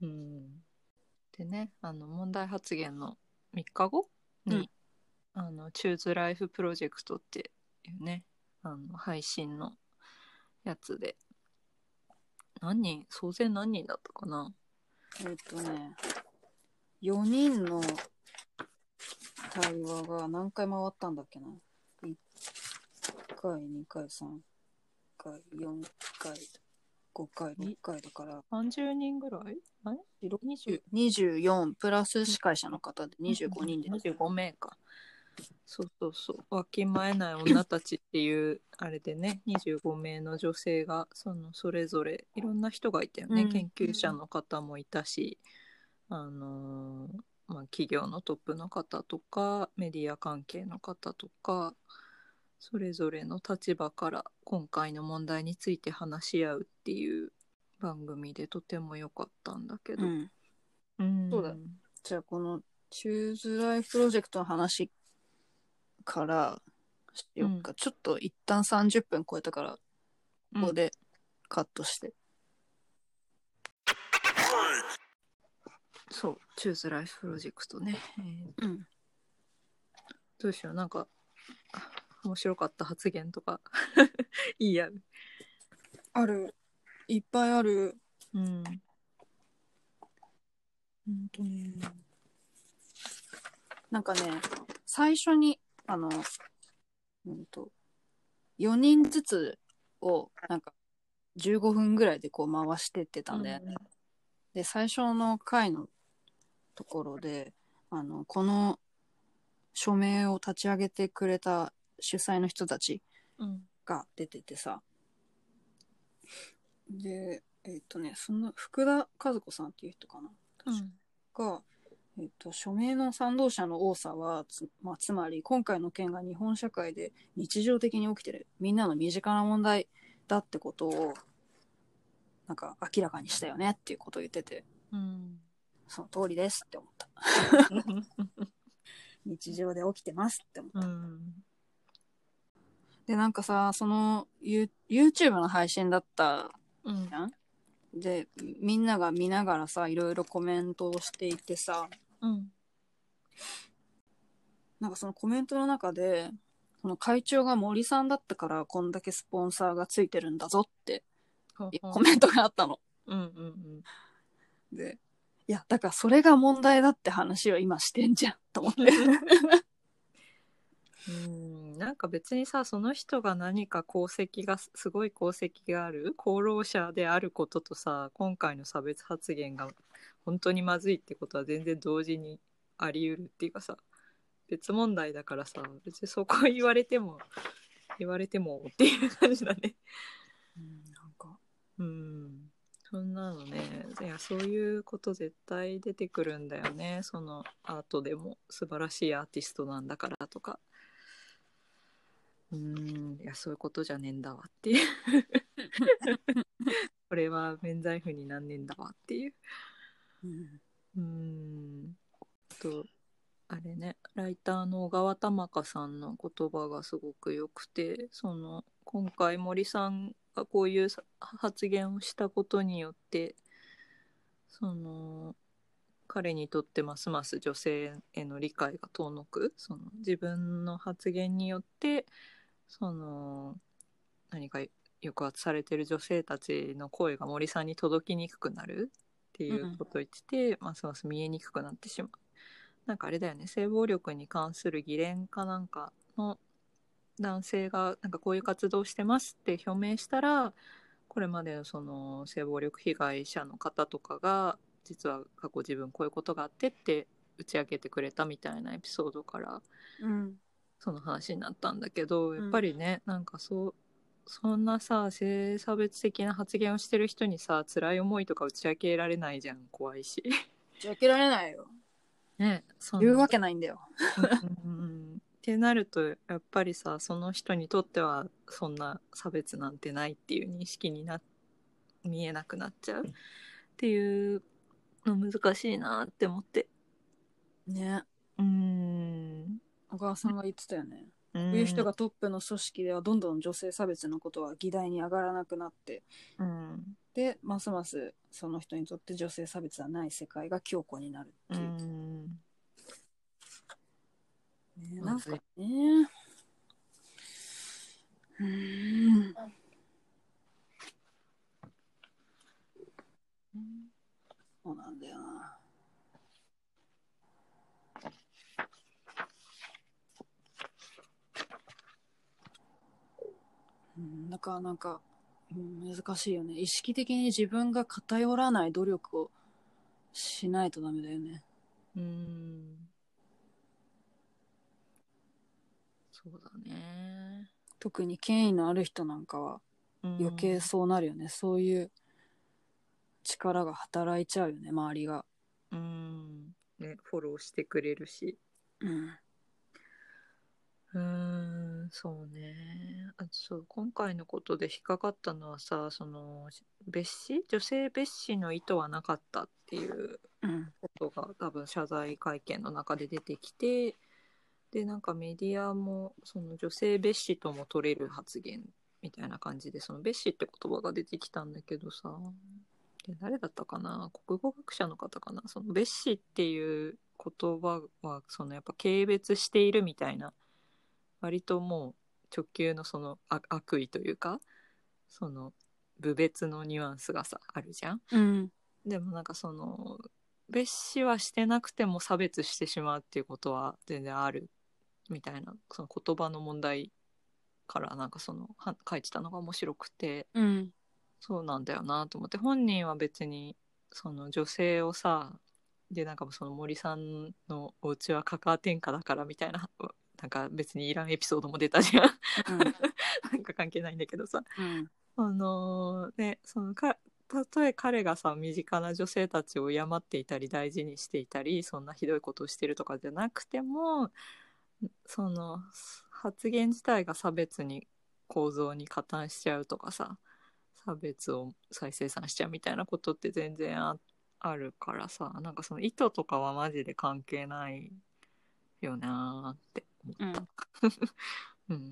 [SPEAKER 2] でね、あの問題発言のみっかごに、うん、あのチューズライフプロジェクトっていうね、あの配信のやつで何人総勢何人だったかな。
[SPEAKER 1] えっとね、よにんの対話が何回回ったんだっけな。いっかい、にかい、さんかい、よんかい、ごかい、ろっかいだから、
[SPEAKER 2] さんじゅうにんぐらいあれ にじゅう
[SPEAKER 1] にじゅうよんプラス司会者の方でにじゅうごにんで。
[SPEAKER 2] にじゅうご名か。そうそうそう。わきまえない女たちっていうあれでね、にじゅうご名の女性がそのそれぞれいろんな人がいたよね。
[SPEAKER 1] うん、
[SPEAKER 2] 研究者の方もいたし、あのーまあ、企業のトップの方とかメディア関係の方とか、それぞれの立場から今回の問題について話し合うっていう番組でとても良かったんだけど、
[SPEAKER 1] うん、
[SPEAKER 2] うん、
[SPEAKER 1] そうだ。じゃあこのチューズライフプロジェクトの話からしよっか、うん、ちょっと一旦さんじゅっぷん超えたからここでカットして、うん、
[SPEAKER 2] そうチューズライフプロジェクトね、えー
[SPEAKER 1] うん、
[SPEAKER 2] どうしよう、なんか面白かった発言とかいいや。
[SPEAKER 1] ある、いっぱいある。
[SPEAKER 2] うん
[SPEAKER 1] うんとね、なんかね、最初にあの、うんと、よにんずつをなんかじゅうごふんぐらいでこう回してってたんで、うん、で最初の回のところであのこの署名を立ち上げてくれた主催の人たちが出ててさ、うん、でえっとねその福田和子さんっていう人かな、
[SPEAKER 2] うん、
[SPEAKER 1] が、えっと、署名の賛同者の多さはつ、まあ、つまり今回の件が日本社会で日常的に起きてるみんなの身近な問題だってことをなんか明らかにしたよねっていうことを言ってて、
[SPEAKER 2] うん、
[SPEAKER 1] その通りですって思った。日常で起きてますって思った。
[SPEAKER 2] うん、
[SPEAKER 1] でなんかさ、その YouTube の配信だったじゃん、うん、でみんなが見ながらさいろいろコメントをしていてさ、
[SPEAKER 2] うん、
[SPEAKER 1] なんかそのコメントの中でその会長が森さんだったからこんだけスポンサーがついてるんだぞってコメントがあったの。
[SPEAKER 2] うんうんうん、
[SPEAKER 1] で、いやだからそれが問題だって話を今してんじゃんと思って。
[SPEAKER 2] うん、なんか別にさ、その人が何か功績がすごい功績がある功労者であることとさ、今回の差別発言が本当にまずいってことは全然同時にあり得るっていうかさ、別問題だからさ、別にそこ言われても言われてもっていう感じだね。
[SPEAKER 1] うん、なんか
[SPEAKER 2] うんそんなのね、いやそういうこと絶対出てくるんだよね。そのアートでも素晴らしいアーティストなんだからとか、うーんいやそういうことじゃねえんだわっていうこれは免罪符になんねえんだわっていう、
[SPEAKER 1] うん、
[SPEAKER 2] うーんとあれね、ライターの小川玉香さんの言葉がすごくよくて、その今回森さんがこういう発言をしたことによって、その彼にとってますます女性への理解が遠のく、その自分の発言によってその何か抑圧されている女性たちの声が森さんに届きにくくなるっていうことを言ってて、うん、ますます見えにくくなってしまう。なんかあれだよね、性暴力に関する議連かなんかの男性がなんかこういう活動をしてますって表明したら、これまでのその性暴力被害者の方とかが実は過去自分こういうことがあってって打ち明けてくれたみたいなエピソードからその話になったんだけど、やっぱりね、なんかそうそんなさ性差別的な発言をしてる人にさ辛い思いとか打ち明けられないじゃん。怖いし
[SPEAKER 1] 打ち明けられないよ
[SPEAKER 2] ね、そ
[SPEAKER 1] 言うわけないんだよ。
[SPEAKER 2] うんうんってなるとやっぱりさ、その人にとってはそんな差別なんてないっていう認識にな見えなくなっちゃうっていうの難しいなって思って
[SPEAKER 1] ね。
[SPEAKER 2] うーん
[SPEAKER 1] 小川さんが言ってたよね。
[SPEAKER 2] う
[SPEAKER 1] こういう人がトップの組織ではどんどん女性差別のことは議題に上がらなくなって、
[SPEAKER 2] うん、
[SPEAKER 1] でますますその人にとって女性差別はない世界が強固になるっていう、うんね、なんかねうーんそうなんだよな。うん、だからなんか、うん、難しいよね。意識的に自分が偏らない努力をしないとダメだよね。
[SPEAKER 2] うんそうだね。
[SPEAKER 1] 特に権威のある人なんかは余計そうなるよね。そういう力が働いちゃうよね、周りが。
[SPEAKER 2] うんね、フォローしてくれるし、
[SPEAKER 1] うん
[SPEAKER 2] うーんそうね。あそう今回のことで引っかかったのはさ、その蔑視女性蔑視の意図はなかったっていうことが多分謝罪会見の中で出てきて、でなんかメディアもその女性蔑視とも取れる発言みたいな感じでその蔑視って言葉が出てきたんだけどさ、で誰だったかな、国語学者の方かな、その蔑視っていう言葉はそのやっぱ軽蔑しているみたいな、割ともう直球のその悪意というかその侮蔑のニュアンスがさあるじゃん、
[SPEAKER 1] うん、
[SPEAKER 2] でもなんかその蔑視はしてなくても差別してしまうっていうことは全然あるみたいな、その言葉の問題からなんかその書いてたのが面白くて、
[SPEAKER 1] うん、
[SPEAKER 2] そうなんだよなと思って、本人は別にその女性をさでなんかその森さんのお家はカカア天下だからみたいな、なんか別にいらんエピソードも出たじゃん、うん、なんか関係ないんだけどさ、うん、あのー、ねそのかたとえ彼がさ身近な女性たちを敬っていたり大事にしていたりそんなひどいことをしてるとかじゃなくてもその発言自体が差別に構造に加担しちゃうとかさ差別を再生産しちゃうみたいなことって全然 あ, あるからさなんかその意図とかはマジで関係ないよなって思った、
[SPEAKER 1] うん
[SPEAKER 2] うん、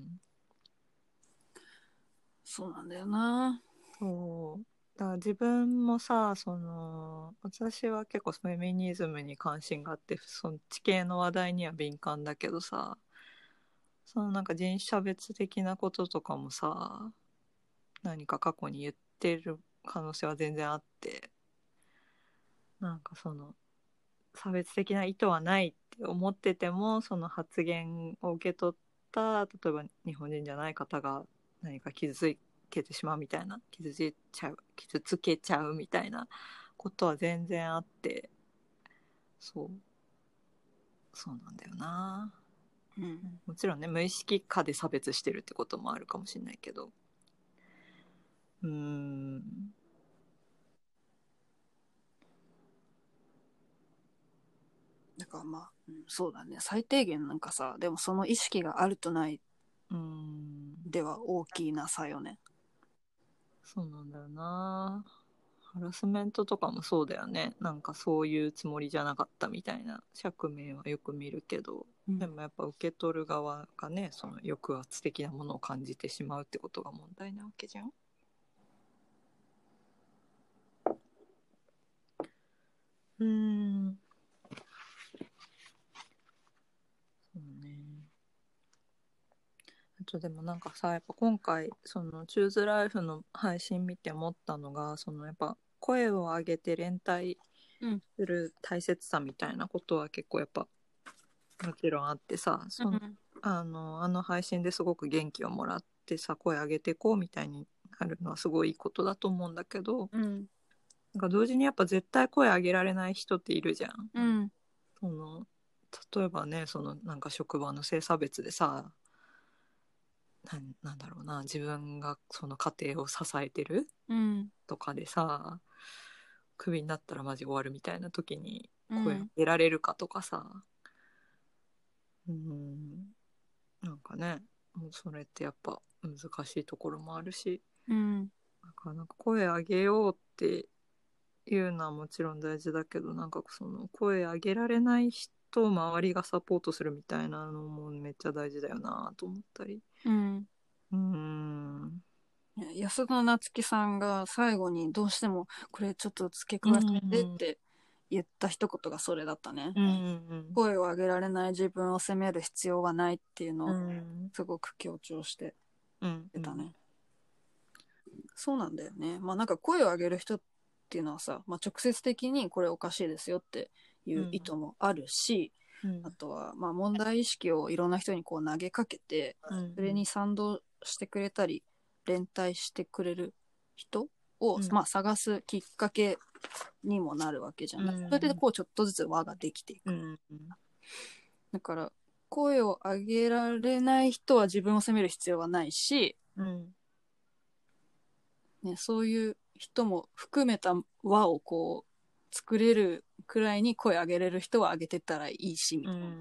[SPEAKER 1] そうなんだよな。
[SPEAKER 2] そうだから自分もさその私は結構フェミニズムに関心があってその地形の話題には敏感だけどさそのなんか人種差別的なこととかもさ何か過去に言ってる可能性は全然あってなんかその差別的な意図はないって思っててもその発言を受け取った例えば日本人じゃない方が何か傷つけてしまうみたいな傷つけちゃう傷つけちゃうみたいなことは全然あってそうそうなんだよな、
[SPEAKER 1] うん、
[SPEAKER 2] もちろんね無意識下で差別してるってこともあるかもしれないけどうーん
[SPEAKER 1] だからまあ、うん、そうだね。最低限なんかさ、でもその意識があるとないう
[SPEAKER 2] ーん
[SPEAKER 1] では大きいなさよね。
[SPEAKER 2] そうなんだよな。ハラスメントとかもそうだよね。なんかそういうつもりじゃなかったみたいな釈明はよく見るけど、
[SPEAKER 1] うん、
[SPEAKER 2] でもやっぱ受け取る側がねその抑圧的なものを感じてしまうってことが問題なわけじゃん。うーんそうね。あとでもなんかさやっぱ今回そのチューズライフの配信見て思ったのがそのやっぱ声を上げて連帯
[SPEAKER 1] うん、
[SPEAKER 2] する大切さみたいなことは結構やっぱもちろんあってさその、
[SPEAKER 1] うん、
[SPEAKER 2] あのあの配信ですごく元気をもらってさ声上げていこうみたいになるのはすごいいいことだと思うんだけど
[SPEAKER 1] うん、
[SPEAKER 2] なんか同時にやっぱ絶対声上げられない人っているじゃん。
[SPEAKER 1] うん、
[SPEAKER 2] その例えばねそのなんか職場の性差別でさななんだろうな自分がその家庭を支えてる
[SPEAKER 1] うん、
[SPEAKER 2] とかでさクビになったらマジ終わるみたいな時に声上
[SPEAKER 1] うん、
[SPEAKER 2] げられるかとかさうんなんかねもうそれってやっぱ難しいところもあるし
[SPEAKER 1] うん、
[SPEAKER 2] だからなんか声上げようっていうのはもちろん大事だけどなんかその声上げられない人を周りがサポートするみたいなのもめっちゃ大事だよなと思ったり
[SPEAKER 1] うん。
[SPEAKER 2] うーん
[SPEAKER 1] 安田なつきさんが最後にどうしてもこれちょっと付け
[SPEAKER 2] うん
[SPEAKER 1] 加えてって言った一言がそれだったね。
[SPEAKER 2] うんうん
[SPEAKER 1] 声を上げられない自分を責める必要はないっていうの
[SPEAKER 2] う
[SPEAKER 1] を
[SPEAKER 2] ん
[SPEAKER 1] すごく強調して
[SPEAKER 2] うんうん
[SPEAKER 1] 出たね。そうなんだよね。まあなんか声を上げる人っていうのはさ、まあ、直接的にこれおかしいですよっていう意図もあるし、あとはまあ問題意識をいろんな人にこう投げかけて、それに賛同してくれたり連帯してくれる人を、まあ、探すきっかけにもなるわけじゃない。それでこうちょっとずつ輪ができていく。だから声を上げられない人は自分を責める必要はないし、
[SPEAKER 2] うん
[SPEAKER 1] ね、そういう人も含めた輪をこう作れるくらいに声上げれる人は上げてったらいいしみたいな。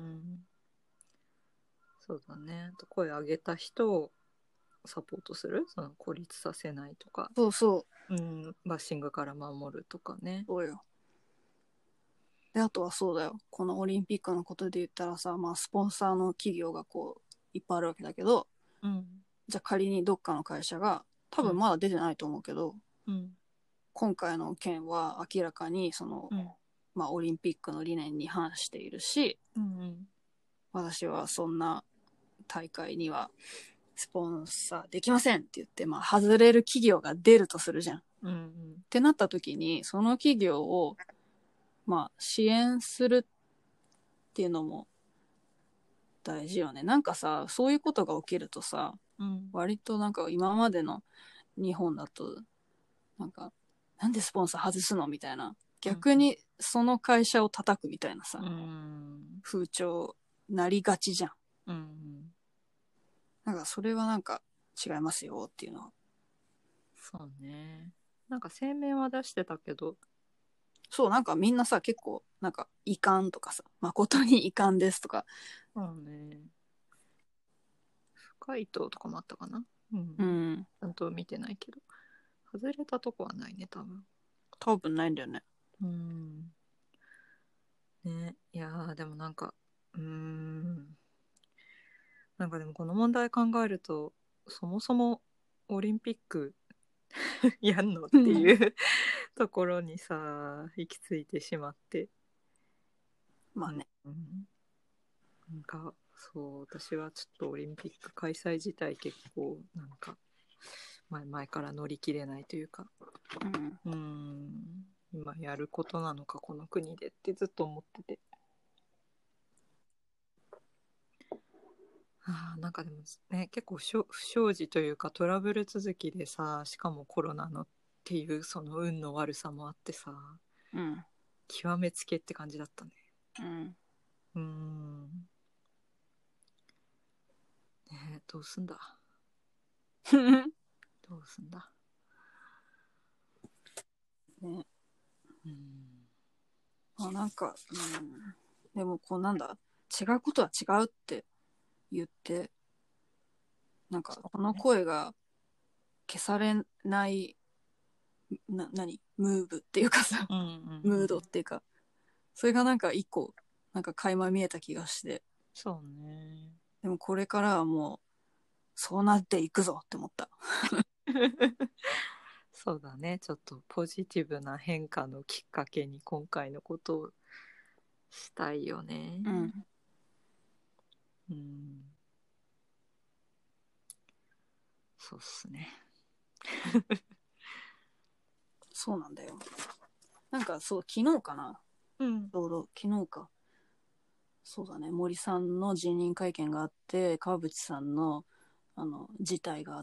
[SPEAKER 2] そうだねあと声上げた人をサポートするその孤立させないとか、
[SPEAKER 1] そうそう。
[SPEAKER 2] うん、バッシングから守るとかね。
[SPEAKER 1] そうよ。で、あとはそうだよ。このオリンピックのことで言ったらさ、まあ、スポンサーの企業がこう、いっぱいあるわけだけど、
[SPEAKER 2] うん、
[SPEAKER 1] じゃあ仮にどっかの会社が、多分まだ出てないと思うけど、
[SPEAKER 2] うん、
[SPEAKER 1] 今回の件は明らかに、その、
[SPEAKER 2] うん、
[SPEAKER 1] まあ、オリンピックの理念に反しているし、
[SPEAKER 2] うん、
[SPEAKER 1] 私はそんな大会にはスポンサーできませんって言って、まあ、外れる企業が出るとするじゃん。
[SPEAKER 2] うん、うん、
[SPEAKER 1] ってなった時に、その企業を、まあ、支援するっていうのも大事よね。なんかさ、そういうことが起きるとさ、
[SPEAKER 2] うん、
[SPEAKER 1] 割となんか今までの日本だと、なんか、なんでスポンサー外すのみたいな。逆にその会社を叩くみたいなさ、
[SPEAKER 2] うん、
[SPEAKER 1] 風潮なりがちじゃん。
[SPEAKER 2] うん、
[SPEAKER 1] なんかそれはなんか違いますよっていうのは。
[SPEAKER 2] そうね。 なんか声明は出してたけど、
[SPEAKER 1] そう、なんかみんなさ、結構、なんか、遺憾とかさ、誠に遺憾ですとか、
[SPEAKER 2] そうね。深いととかもあったかな。うん。
[SPEAKER 1] うん、
[SPEAKER 2] ちゃんと見てないけど。外れたとこはないね、多分。
[SPEAKER 1] 多分ないんだよね。
[SPEAKER 2] うん。ね、いやー、でもなんか、うーん。なんかでもこの問題考えると、そもそもオリンピックやんのっていうところにさ、行き着いてしまって。
[SPEAKER 1] まあね。
[SPEAKER 2] うん、なんかそう私はちょっとオリンピック開催自体結構なんか前々から乗り切れないというか、
[SPEAKER 1] うん。
[SPEAKER 2] うん今やることなのかこの国でってずっと思ってて、あーなんかでもね結構不祥不祥事というかトラブル続きでさ、しかもコロナのっていうその運の悪さもあってさ、
[SPEAKER 1] うん。
[SPEAKER 2] 極めつけって感じだったね。
[SPEAKER 1] うん。
[SPEAKER 2] うんねえどうすんだどうすんだ。
[SPEAKER 1] ね。
[SPEAKER 2] うん
[SPEAKER 1] まあなんか、うん。でもこうなんだ、違うことは違うって言って、なんかこの声が消されない、な、何ムーブっていうかさ、
[SPEAKER 2] うんうん
[SPEAKER 1] ムー
[SPEAKER 2] うん
[SPEAKER 1] ドっていうか、それがなんか一個、なんか垣間見えた気がして、
[SPEAKER 2] そうね。
[SPEAKER 1] でもこれからはもう、そうなっていくぞって思った。
[SPEAKER 2] そうだね。ちょっとポジティブな変化のきっかけに今回のことをしたいよね。
[SPEAKER 1] うん。
[SPEAKER 2] うん。そうっすね。
[SPEAKER 1] そうなんだよ。なんかそう、昨日かな。
[SPEAKER 2] うん。
[SPEAKER 1] ちょうど、昨日か。そうだね。森さんの辞任会見があって、川淵さんの、あの、辞退があって、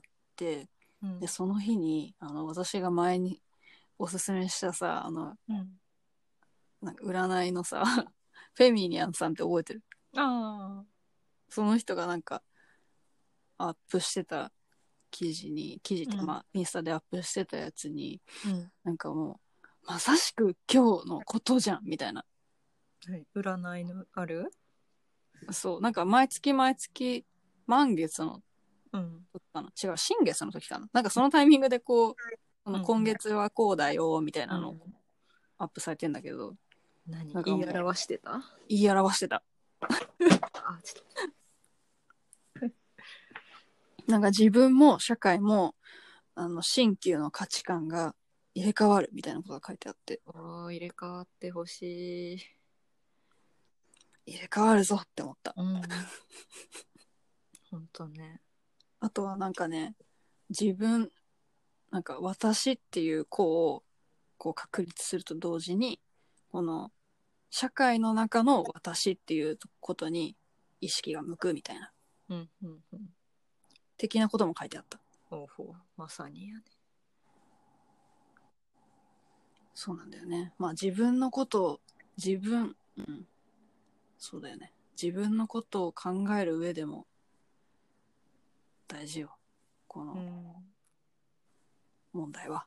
[SPEAKER 1] で、
[SPEAKER 2] うん。
[SPEAKER 1] その日に、あの、私が前におすすめしたさ、あの、
[SPEAKER 2] うん。
[SPEAKER 1] なんか占いのさ、フェミニアンさんって覚えてる？
[SPEAKER 2] ああ。
[SPEAKER 1] その人がなんか、アップしてた記事に、記事ってか、まあ、インスタでアップしてたやつに、
[SPEAKER 2] うん。
[SPEAKER 1] なんかもう、まさしく今日のことじゃん、みたいな。
[SPEAKER 2] はい。占いのある？
[SPEAKER 1] そう、なんか毎月毎月、満月の
[SPEAKER 2] うん。
[SPEAKER 1] 時かな、違う、新月の時かな。なんかそのタイミングでこう、そ
[SPEAKER 2] うん。
[SPEAKER 1] の今月はこうだよ、みたいなのを
[SPEAKER 2] うん。
[SPEAKER 1] アップされてんだけど、
[SPEAKER 2] 何
[SPEAKER 1] なんかもう、
[SPEAKER 2] 言い表してた？
[SPEAKER 1] 言い表してた。
[SPEAKER 2] あ、ちょっ
[SPEAKER 1] なんか自分も社会も、あの、新旧の価値観が入れ替わるみたいなことが書いてあって、
[SPEAKER 2] と。おー入れ替わってほしい。
[SPEAKER 1] 入れ替わるぞって思った。
[SPEAKER 2] うん。ほんとね。
[SPEAKER 1] あとはなんかね、自分、なんか私っていう子をこう確立すると同時に、この社会の中の私っていうことに意識が向くみたいな、
[SPEAKER 2] うんうんうん。
[SPEAKER 1] 的なことも書いてあった。
[SPEAKER 2] ほうほう。まさにやね。
[SPEAKER 1] そうなんだよね。まあ自分のことを、自分、うん、そうだよね。自分のことを考える上でも大事よ。この
[SPEAKER 2] うん。
[SPEAKER 1] 問題は。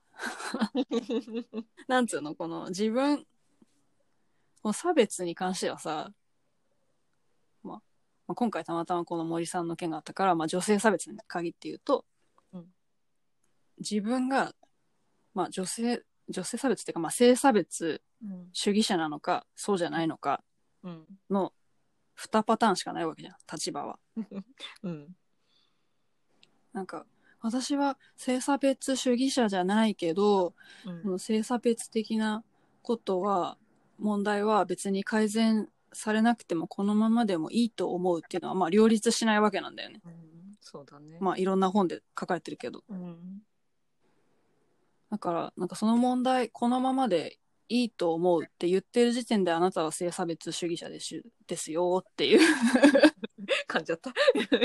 [SPEAKER 1] なんつうの、この自分、この差別に関してはさ、まあ、まあ、今回たまたまこの森さんの件があったから、まあ女性差別に限って言うと、
[SPEAKER 2] うん。
[SPEAKER 1] 自分が、まあ女性、女性差別っていうか、まあ性差別
[SPEAKER 2] うん。
[SPEAKER 1] 主義者なのか、そうじゃないのか
[SPEAKER 2] うん。
[SPEAKER 1] のにパターンしかないわけじゃん、立場は。
[SPEAKER 2] うん。
[SPEAKER 1] なんか、私は性差別主義者じゃないけど、
[SPEAKER 2] うん。
[SPEAKER 1] この性差別的なことは、問題は別に改善されなくてもこのままでもいいと思うっていうのは、まあ両立しないわけなんだよね。
[SPEAKER 2] うん、そうだね。
[SPEAKER 1] まあいろんな本で書かれてるけど。
[SPEAKER 2] うん。
[SPEAKER 1] だから、なんかその問題、このままでいいと思うって言ってる時点であなたは性差別主義者でしですよっていう。
[SPEAKER 2] 噛んじゃった。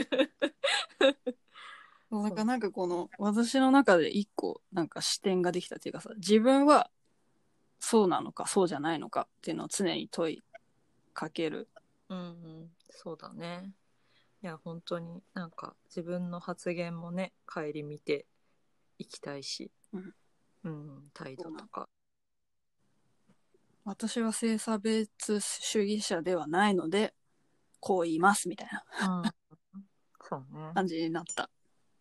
[SPEAKER 1] なんかなんかこの私の中で一個なんか視点ができたっていうかさ、自分はそうなのかそうじゃないのかっていうのを常に問いかける。
[SPEAKER 2] うんうん、そうだね。いや、本当になんか自分の発言もね、顧みていきたいし。
[SPEAKER 1] うん、
[SPEAKER 2] うん、態度とか。
[SPEAKER 1] 私は性差別主義者ではないのでこう言いますみたいな、
[SPEAKER 2] うん、そうね。
[SPEAKER 1] 感じになった。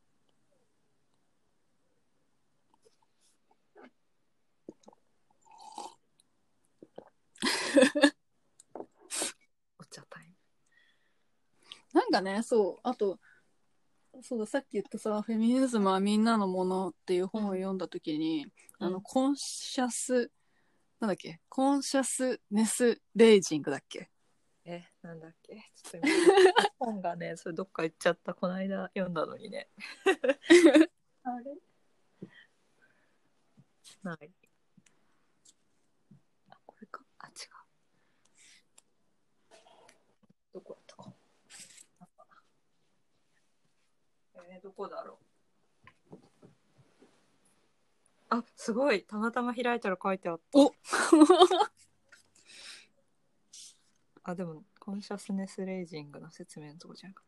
[SPEAKER 2] お茶タイム。
[SPEAKER 1] なんかね、そうあとそうだ、さっき言ったさ、フェミニズムはみんなのものっていう本を読んだ時に、うん、あのコンシャスなんだっけコンシャスネスレイジングだっけ。
[SPEAKER 2] え、なんだっけ、ちょっと今本がね、それどっか行っちゃった。この間読んだのにね。あれない。あ、これか。あ、違う。どこだったか。えー、どこだろう。あ、すごい。たまたま開いたら書いてあった。
[SPEAKER 1] お
[SPEAKER 2] あ、でも、コンシャスネスレイジングの説明のとこじゃなかった。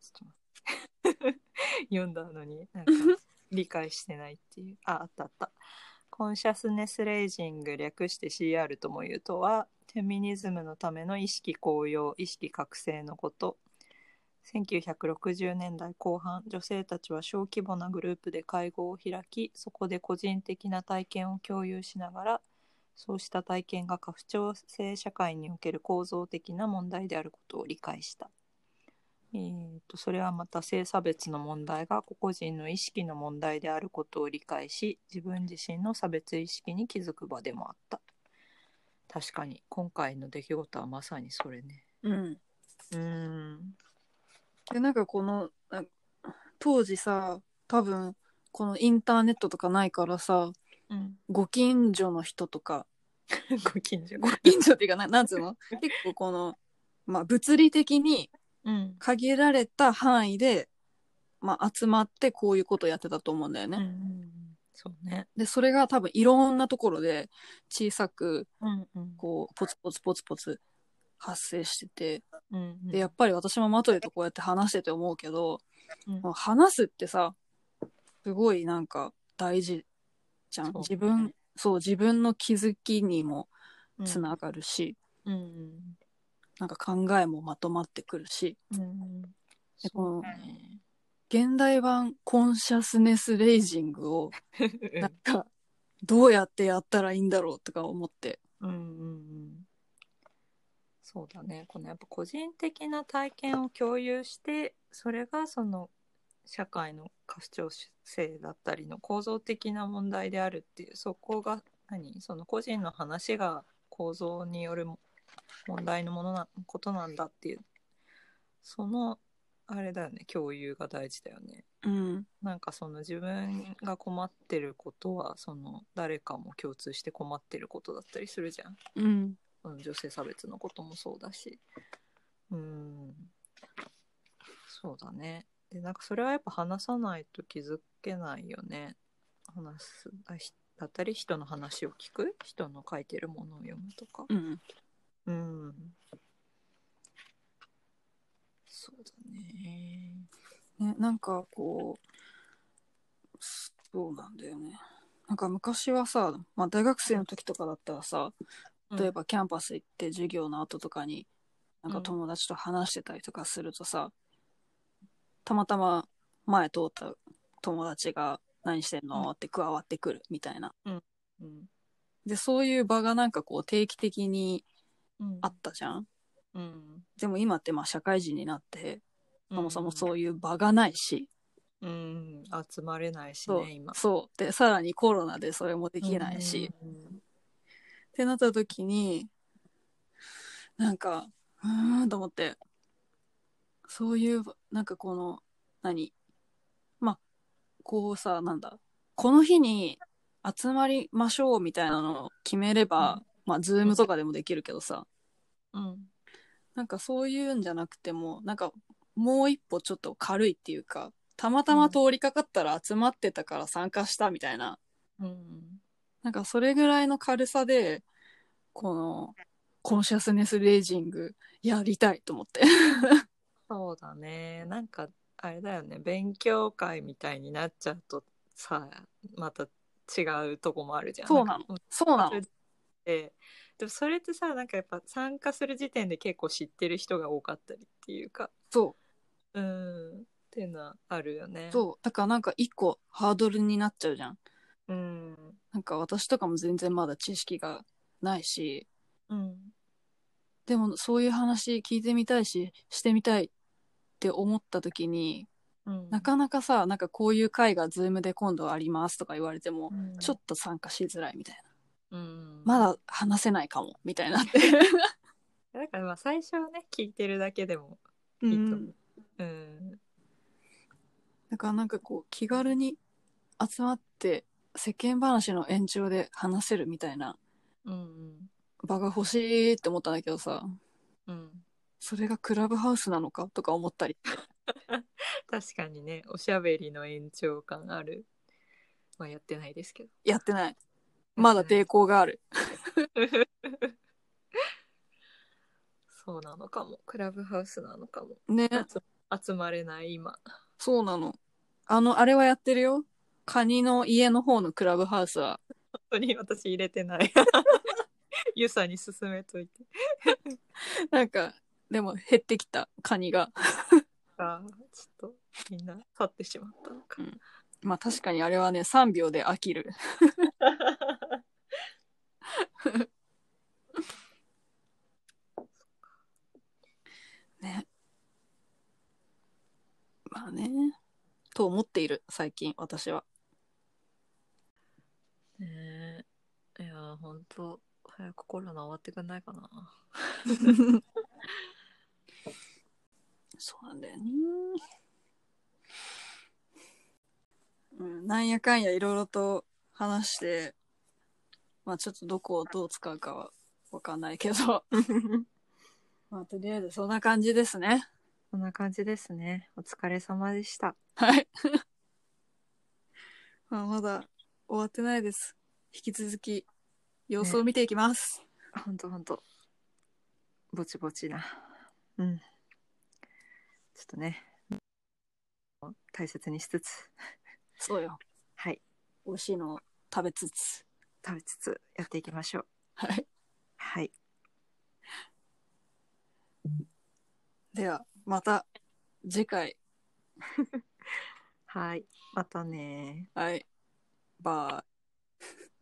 [SPEAKER 2] ちょっと待って。読んだのになんか理解してないっていう。あ、あったあった。コンシャスネスレイジング、略して シーアール とも言うとは、フェミニズムのための意識高揚、意識覚醒のこと。せんきゅうひゃくろくじゅうねんだいこう半、女性たちは小規模なグループで会合を開き、そこで個人的な体験を共有しながら、そうした体験が家父長制社会における構造的な問題であることを理解した。えーと、それはまた性差別の問題が個々人の意識の問題であることを理解し、自分自身の差別意識に気づく場でもあった。確かに今回の出来事はまさにそれね。
[SPEAKER 1] うん
[SPEAKER 2] うーん。
[SPEAKER 1] でなんかこの当時さ、多分このインターネットとかないからさ、
[SPEAKER 2] うん、
[SPEAKER 1] ご近所の人とか
[SPEAKER 2] ご近所。
[SPEAKER 1] ご近所っていうかな、なんつうの結構この、まあ、物理的に
[SPEAKER 2] うん
[SPEAKER 1] 限られた範囲で、まあ、集まってこういうことをやってたと思うんだよね。
[SPEAKER 2] うんうん、そうね。
[SPEAKER 1] でそれが多分いろんなところで小さく
[SPEAKER 2] うんうん
[SPEAKER 1] こうポツポツポツポツ発生してて、
[SPEAKER 2] うんうん、
[SPEAKER 1] でやっぱり私もマトリとこうやって話してて思うけど、
[SPEAKER 2] うん、
[SPEAKER 1] 話すってさすごいなんか大事じゃん。自分、
[SPEAKER 2] ね、
[SPEAKER 1] そう自分の気づきにも
[SPEAKER 2] うん、
[SPEAKER 1] つながるし、
[SPEAKER 2] うんうん、
[SPEAKER 1] なんか考えもまとまってくるし、
[SPEAKER 2] うん、
[SPEAKER 1] でこの
[SPEAKER 2] そうね。
[SPEAKER 1] 現代版コンシャスネスレイジングをなんかどうやってやったらいいんだろうとか思って、
[SPEAKER 2] うんうんうん、そうだね。このやっぱ個人的な体験を共有して、それがその社会の過不調性だったりの構造的な問題であるっていう、そこが何その個人の話が構造による問題のものなことなんだっていう、そのあれだよね、共有が大事だよね。
[SPEAKER 1] うん、
[SPEAKER 2] なんかその自分が困ってることはその誰かも共通して困ってることだったりするじゃん。
[SPEAKER 1] うん、
[SPEAKER 2] その女性差別のこともそうだし、うーん、そうだね。でなんかそれはやっぱ話さないと気づけないよね。話すだったり、人の話を聞く、人の書いてるものを読むとか。
[SPEAKER 1] うん、
[SPEAKER 2] うん、そうだね。
[SPEAKER 1] ね、なんかこうそうなんだよね。なんか昔はさ、まあ、大学生の時とかだったらさ、例えばキャンパス行って授業の後とかになんか友達と話してたりとかするとさ、たまたま前通った友達が何してんのって加わってくるみたいな。
[SPEAKER 2] うんうん、
[SPEAKER 1] で、そういう場がなんかこう定期的にあったじゃん。
[SPEAKER 2] うん、
[SPEAKER 1] でも今ってまあ社会人になって、
[SPEAKER 2] うん、
[SPEAKER 1] そもそもそういう場がないし、
[SPEAKER 2] うん、集まれないし
[SPEAKER 1] そう、
[SPEAKER 2] ね今。
[SPEAKER 1] そう。で、さらにコロナでそれもできないし、
[SPEAKER 2] うん、
[SPEAKER 1] ってなった時に、なんか、うーんと思って、そういう、なんかこの、何まあ、こうさ、なんだ、この日に集まりましょうみたいなのを決めれば、
[SPEAKER 2] うん
[SPEAKER 1] まあ、ズームとかでもできるけどさ、
[SPEAKER 2] うん、
[SPEAKER 1] なんかそういうんじゃなくても、なんかもう一歩ちょっと軽いっていうか、たまたま通りかかったら集まってたから参加したみたいな、
[SPEAKER 2] うん、
[SPEAKER 1] なんかそれぐらいの軽さで、この、コンシャスネスレイジングやりたいと思って。
[SPEAKER 2] そうだね。なんかあれだよね、勉強会みたいになっちゃうとさ、また違うとこもあるじゃん。
[SPEAKER 1] そうなの
[SPEAKER 2] んか
[SPEAKER 1] そうなの
[SPEAKER 2] ででもそれってさ、なんかやっぱ参加する時点で結構知ってる人が多かったりっていうか、
[SPEAKER 1] そう
[SPEAKER 2] うんっていうのはあるよね。
[SPEAKER 1] そうだからなんか一個ハードルになっちゃうじゃん。
[SPEAKER 2] うん
[SPEAKER 1] なんか私とかも全然まだ知識がないし、
[SPEAKER 2] うん
[SPEAKER 1] でもそういう話聞いてみたいししてみたいって思った時に、
[SPEAKER 2] うん
[SPEAKER 1] なかなかさ、なんかこういう会がズームで今度ありますとか言われても、
[SPEAKER 2] うん
[SPEAKER 1] ちょっと参加しづらいみたいな。
[SPEAKER 2] うん
[SPEAKER 1] まだ話せないかもみたいなって。
[SPEAKER 2] だからまあ最初はね聞いてるだけでも
[SPEAKER 1] う
[SPEAKER 2] いいと思
[SPEAKER 1] ん。
[SPEAKER 2] う。うん
[SPEAKER 1] だからなんかこう気軽に集まって世間話の延長で話せるみたいな
[SPEAKER 2] うん
[SPEAKER 1] 場が欲しいって思ったんだけどさ、
[SPEAKER 2] うん
[SPEAKER 1] それがクラブハウスなのかとか思ったり。
[SPEAKER 2] 確かにね、おしゃべりの延長感ある。まあやってないですけど。
[SPEAKER 1] やってない。まだ抵抗がある。
[SPEAKER 2] そうなのかも。クラブハウスなのかも。
[SPEAKER 1] ね。
[SPEAKER 2] 集集まれない今。
[SPEAKER 1] そうなの。あの、あれはやってるよ。カニの家の方のクラブハウスは。
[SPEAKER 2] 本当に私入れてない。ゆさに勧めといて。
[SPEAKER 1] なんか、でも減ってきた、カニが。
[SPEAKER 2] ああ、ちょっとみんな去ってしまったのか。
[SPEAKER 1] うん、まあ確かにあれはね、さんびょうで飽きる。ね。まあね。と思っている、最近、私は。
[SPEAKER 2] ねえ。いや、ほんと、早くコロナ終わってくんないかな。
[SPEAKER 1] そうなんだよね。うん、なんやかんやいろいろと話して、まあちょっとどこをどう使うかはわかんないけど、まあとりあえずそんな感じですね。
[SPEAKER 2] そんな感じですね。お疲れ様でした。
[SPEAKER 1] はい。まあまだ終わってないです。引き続き様子を見ていきます。
[SPEAKER 2] ほんとほんと。ぼちぼちな。うん。ちょっとね、大切にしつつ。
[SPEAKER 1] そうよ。
[SPEAKER 2] はい。
[SPEAKER 1] 美味しいのを食べつつ。
[SPEAKER 2] 食べつつやっていきましょう。
[SPEAKER 1] はい。
[SPEAKER 2] はい。
[SPEAKER 1] では、また次回。
[SPEAKER 2] はい。またね。
[SPEAKER 1] はい。バイ。